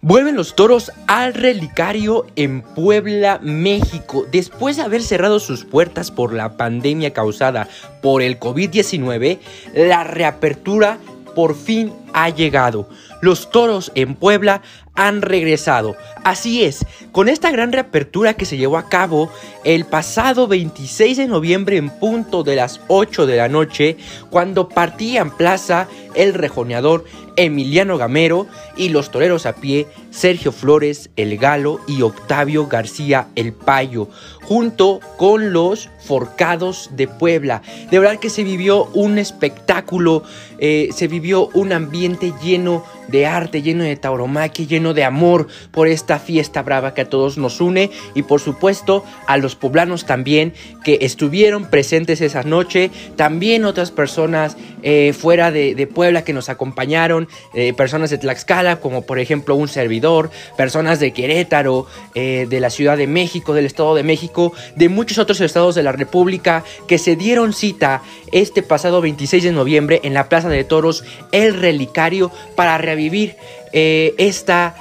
Vuelven los toros al Relicario en Puebla, México. Después de haber cerrado sus puertas por la pandemia causada por el COVID-19, la reapertura por fin ha llegado. Los toros en Puebla han regresado. Así es, con esta gran reapertura que se llevó a cabo el pasado 26 de noviembre en punto de las 8 de la noche, cuando partían plaza el rejoneador Emiliano Gamero y los toreros a pie Sergio Flores, el Galo, y Octavio García, el Payo, junto con los Forcados de Puebla. De verdad que se vivió un espectáculo, se vivió un ambiente lleno de arte, lleno de tauromaquia, lleno de amor por esta fiesta brava que a todos nos une, y por supuesto a los poblanos también que estuvieron presentes esa noche, también otras personas fuera de Puebla que nos acompañaron, personas de Tlaxcala como por ejemplo un servidor, personas de Querétaro, de la Ciudad de México, del Estado de México, de muchos otros estados de la República que se dieron cita este pasado 26 de noviembre en la Plaza de Toros El Relicario para revivir esta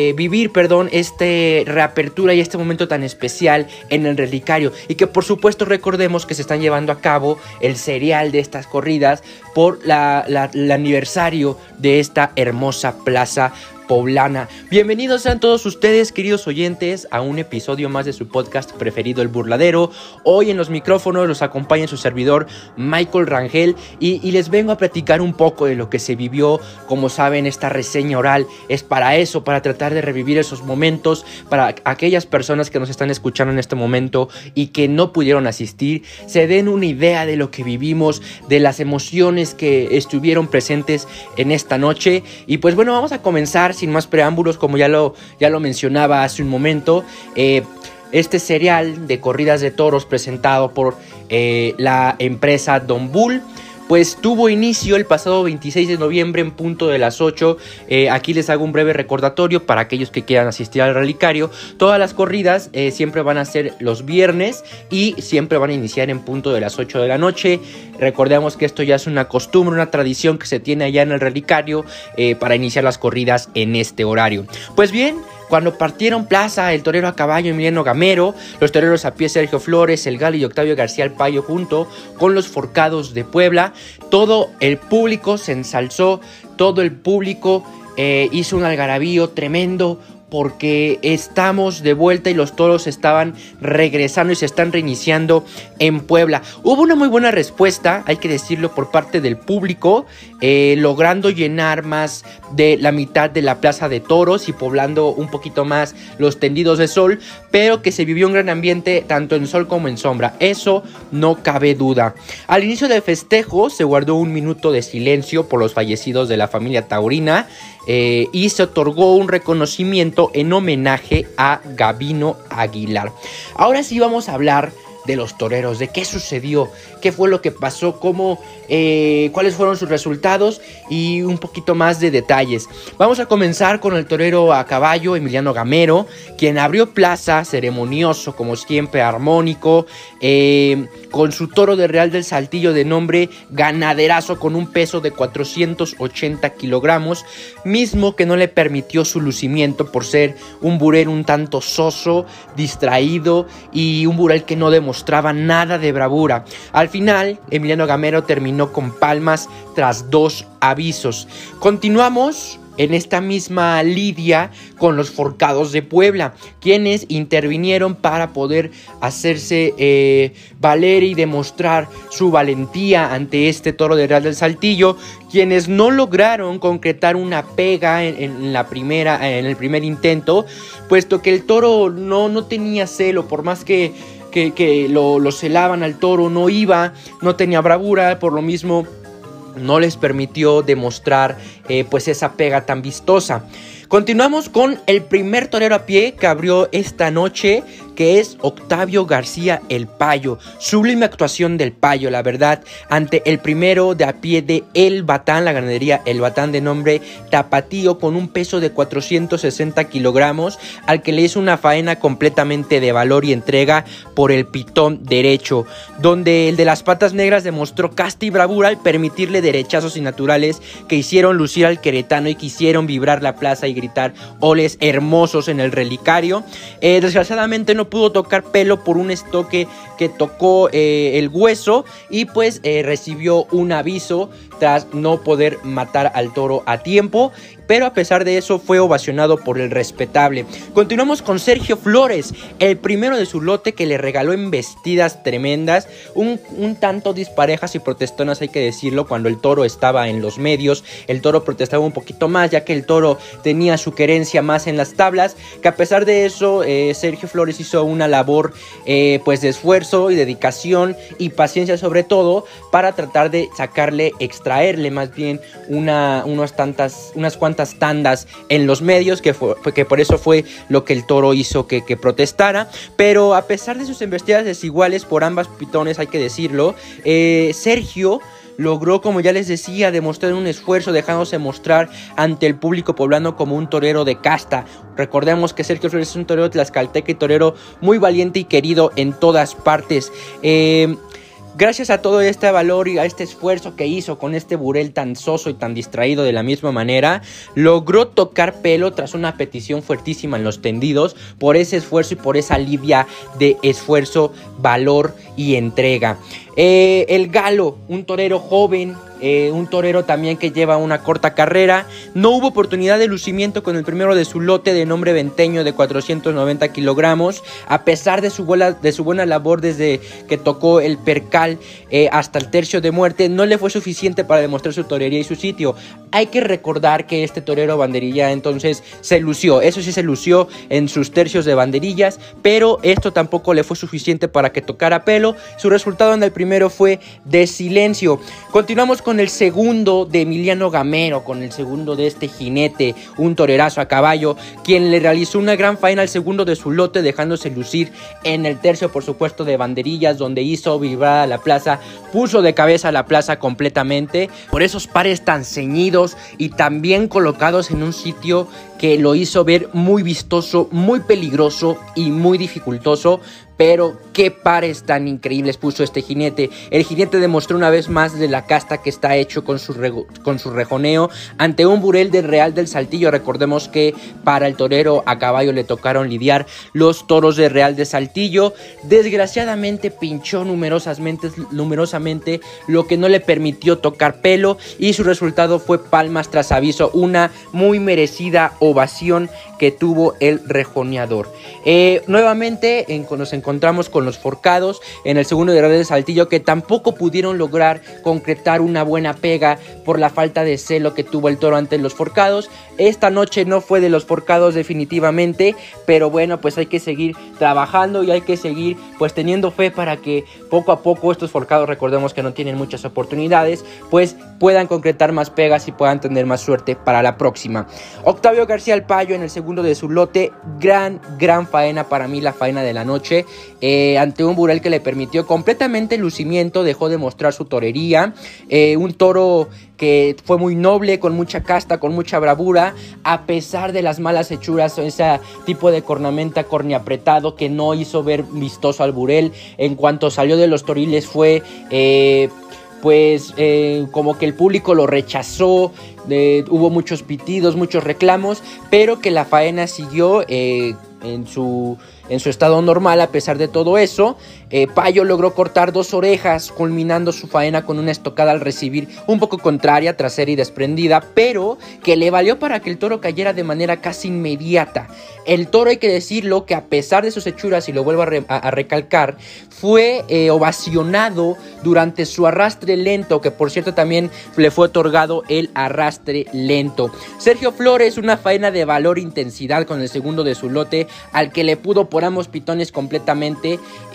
reapertura y este momento tan especial en el Relicario, y que por supuesto recordemos que se están llevando a cabo el serial de estas corridas por el aniversario de esta hermosa plaza poblana. Bienvenidos sean todos ustedes, queridos oyentes, a un episodio más de su podcast preferido, El Burladero. Hoy en los micrófonos los acompaña su servidor Michael Rangel y les vengo a platicar un poco de lo que se vivió. Como saben, esta reseña oral es para eso, para tratar de revivir esos momentos, para aquellas personas que nos están escuchando en este momento y que no pudieron asistir, se den una idea de lo que vivimos, de las emociones que estuvieron presentes en esta noche. Y pues bueno, vamos a comenzar sin más preámbulos, como ya lo mencionaba hace un momento. Este serial de corridas de toros presentado por la empresa Don Bull, pues tuvo inicio el pasado 26 de noviembre en punto de las 8. Aquí les hago un breve recordatorio para aquellos que quieran asistir al Relicario. Todas las corridas siempre van a ser los viernes y siempre van a iniciar en punto de las 8 de la noche. Recordemos que esto ya es una costumbre, una tradición que se tiene allá en el Relicario para iniciar las corridas en este horario. Pues bien, cuando partieron plaza el torero a caballo Emiliano Gamero, los toreros a pie Sergio Flores, el Galo y Octavio García el Payo junto con los Forcados de Puebla, todo el público se ensalzó, todo el público hizo un algarabío tremendo, porque estamos de vuelta y los toros estaban regresando y se están reiniciando en Puebla. Hubo una muy buena respuesta, hay que decirlo, por parte del público, logrando llenar más de la mitad de la plaza de toros y poblando un poquito más los tendidos de sol, pero que se vivió un gran ambiente tanto en sol como en sombra, eso no cabe duda. Al inicio del festejo se guardó un minuto de silencio por los fallecidos de la familia taurina, y se otorgó un reconocimiento en homenaje a Gabino Aguilar. Ahora sí vamos a hablar de los toreros, de qué sucedió, qué fue lo que pasó, cuáles fueron sus resultados y un poquito más de detalles. Vamos a comenzar con el torero a caballo Emiliano Gamero, quien abrió plaza, ceremonioso como siempre, armónico, con su toro de Real del Saltillo de nombre Ganaderazo, con un peso de 480 kilogramos, mismo que no le permitió su lucimiento por ser un burel un tanto soso, distraído y un burel que no demostraba nada de bravura. Al final, Emiliano Gamero terminó con palmas tras 2 avisos. Continuamos en esta misma lidia con los Forcados de Puebla, quienes intervinieron para poder hacerse valer y demostrar su valentía ante este toro de Real del Saltillo, quienes no lograron concretar una pega en el primer intento, puesto que el toro no tenía celo, por más que lo celaban al toro, no tenía bravura, por lo mismo no les permitió demostrar pues esa pega tan vistosa. Continuamos con el primer torero a pie que abrió esta noche, que es Octavio García el Payo. Sublime actuación del Payo, la verdad, ante el primero de a pie de El Batán, la ganadería El Batán de nombre Tapatío, con un peso de 460 kilogramos, al que le hizo una faena completamente de valor y entrega por el pitón derecho, donde el de las patas negras demostró casta y bravura al permitirle derechazos innaturales que hicieron lucir al queretano y que hicieron vibrar la plaza y gritar oles hermosos en el relicario. Desgraciadamente no pudo tocar pelo por un estoque que tocó el hueso y pues recibió un aviso tras no poder matar al toro a tiempo, pero a pesar de eso fue ovacionado por el respetable. Continuamos con Sergio Flores, el primero de su lote, que le regaló embestidas tremendas, un tanto disparejas y protestonas, hay que decirlo. Cuando el toro estaba en los medios, el toro protestaba un poquito más, ya que el toro tenía su querencia más en las tablas, que a pesar de eso Sergio Flores hizo una labor pues de esfuerzo y dedicación y paciencia, sobre todo para tratar de extraerle más bien unas cuantas tandas en los medios, que por eso fue lo que el toro hizo que protestara. Pero a pesar de sus embestidas desiguales por ambas pitones, hay que decirlo, Sergio logró, como ya les decía, demostrar un esfuerzo, dejándose mostrar ante el público poblano como un torero de casta. Recordemos que Sergio Flores es un torero tlaxcalteca y torero muy valiente y querido en todas partes. Gracias a todo este valor y a este esfuerzo que hizo con este burel tan soso y tan distraído de la misma manera, logró tocar pelo tras una petición fuertísima en los tendidos por ese esfuerzo y por esa alivia de esfuerzo, valor y entrega. El Galo, un torero joven, un torero también que lleva una corta carrera, no hubo oportunidad de lucimiento con el primero de su lote de nombre Venteño de 490 kilogramos, a pesar de su buena labor desde que tocó el percal hasta el tercio de muerte. No le fue suficiente para demostrar su torería y su sitio. Hay que recordar que este torero banderilla entonces se lució, eso sí, se lució en sus tercios de banderillas, pero esto tampoco le fue suficiente para que tocara pelo. Su resultado en el primero fue de silencio. Continuamos con el segundo de Emiliano Gamero, con el segundo de este jinete, un torerazo a caballo, quien le realizó una gran faena al segundo de su lote, dejándose lucir en el tercio, por supuesto, de banderillas, donde hizo vibrar a la plaza, puso de cabeza a la plaza completamente, por esos pares tan ceñidos y tan bien colocados en un sitio que lo hizo ver muy vistoso, muy peligroso y muy dificultoso. Pero qué pares tan increíbles puso este jinete. El jinete demostró una vez más de la casta que está hecho con su rejoneo ante un burel del Real del Saltillo. Recordemos que para el torero a caballo le tocaron lidiar los toros de Real de Saltillo. Desgraciadamente pinchó numerosamente, lo que no le permitió tocar pelo, y su resultado fue palmas tras aviso, una muy merecida ovación que tuvo el rejoneador. Nuevamente nos encontramos con los forcados en el segundo de Real de Saltillo, que tampoco pudieron lograr concretar una buena pega por la falta de celo que tuvo el toro ante los forcados. Esta noche no fue de los forcados definitivamente, pero bueno, pues hay que seguir trabajando y hay que seguir pues teniendo fe para que poco a poco estos forcados, recordemos que no tienen muchas oportunidades, pues puedan concretar más pegas y puedan tener más suerte para la próxima. Octavio García el Payo en el segundo de su lote, gran faena, para mí la faena de la noche, ante un burel que le permitió completamente el lucimiento, dejó de mostrar su torería, un toro que fue muy noble, con mucha casta, con mucha bravura, a pesar de las malas hechuras, ese tipo de cornamenta corneapretado que no hizo ver vistoso al burel. En cuanto salió de los toriles fue como que el público lo rechazó, hubo muchos pitidos, muchos reclamos, pero que la faena siguió en su estado normal. A pesar de todo eso, Payo logró cortar 2 orejas, culminando su faena con una estocada al recibir un poco contraria, trasera y desprendida, pero que le valió para que el toro cayera de manera casi inmediata. El toro, hay que decirlo, que a pesar de sus hechuras, y lo vuelvo a recalcar, fue ovacionado durante su arrastre lento, que por cierto también le fue otorgado el arrastre lento. Sergio Flores, una faena de valor e intensidad con el segundo de su lote, al que le pudo por ambos pitones completamente, y pues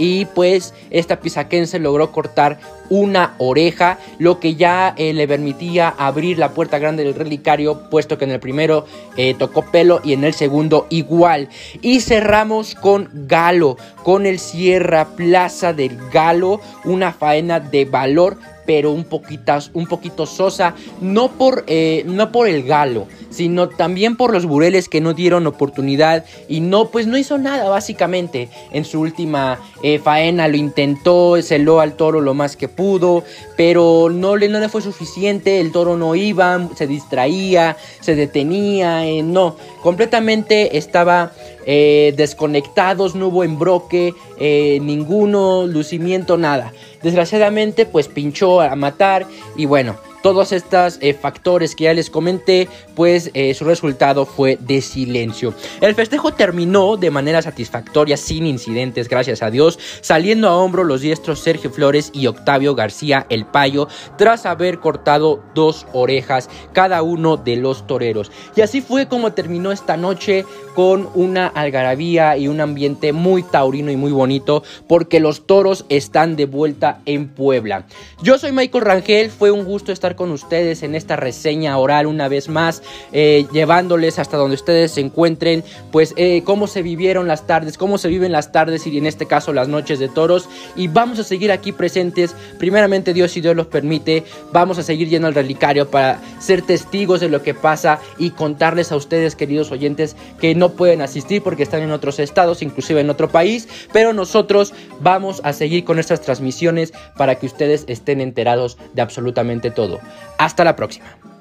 pues esta pisaquense logró cortar una oreja, lo que ya le permitía abrir la puerta grande del relicario, puesto que en el primero tocó pelo y en el segundo igual. Y cerramos con Galo, con el Sierra Plaza del Galo, una faena de valor, pero un poquito sosa, no por el Galo, sino también por los bureles que no dieron oportunidad y no hizo nada básicamente. En su última faena lo intentó, celó al toro lo más que pudo, pero no le fue suficiente. El toro no iba, se distraía, se detenía, completamente estaba desconectados, no hubo embroque, ninguno lucimiento, nada. Desgraciadamente pues pinchó a matar y bueno, todos estos factores que ya les comenté, pues su resultado fue de silencio. El festejo terminó de manera satisfactoria, sin incidentes, gracias a Dios, saliendo a hombro los diestros Sergio Flores y Octavio García el Payo, tras haber cortado 2 orejas cada uno de los toreros. Y así fue como terminó esta noche, con una algarabía y un ambiente muy taurino y muy bonito, porque los toros están de vuelta en Puebla. Yo soy Michael Rangel, fue un gusto estar con ustedes en esta reseña oral una vez más, llevándoles hasta donde ustedes se encuentren, pues cómo se vivieron las tardes, cómo se viven las tardes y en este caso las noches de toros, y vamos a seguir aquí presentes, primeramente Dios, si Dios los permite, vamos a seguir yendo al relicario para ser testigos de lo que pasa y contarles a ustedes, queridos oyentes, que no pueden asistir porque están en otros estados, inclusive en otro país, pero nosotros vamos a seguir con estas transmisiones para que ustedes estén enterados de absolutamente todo. Hasta la próxima.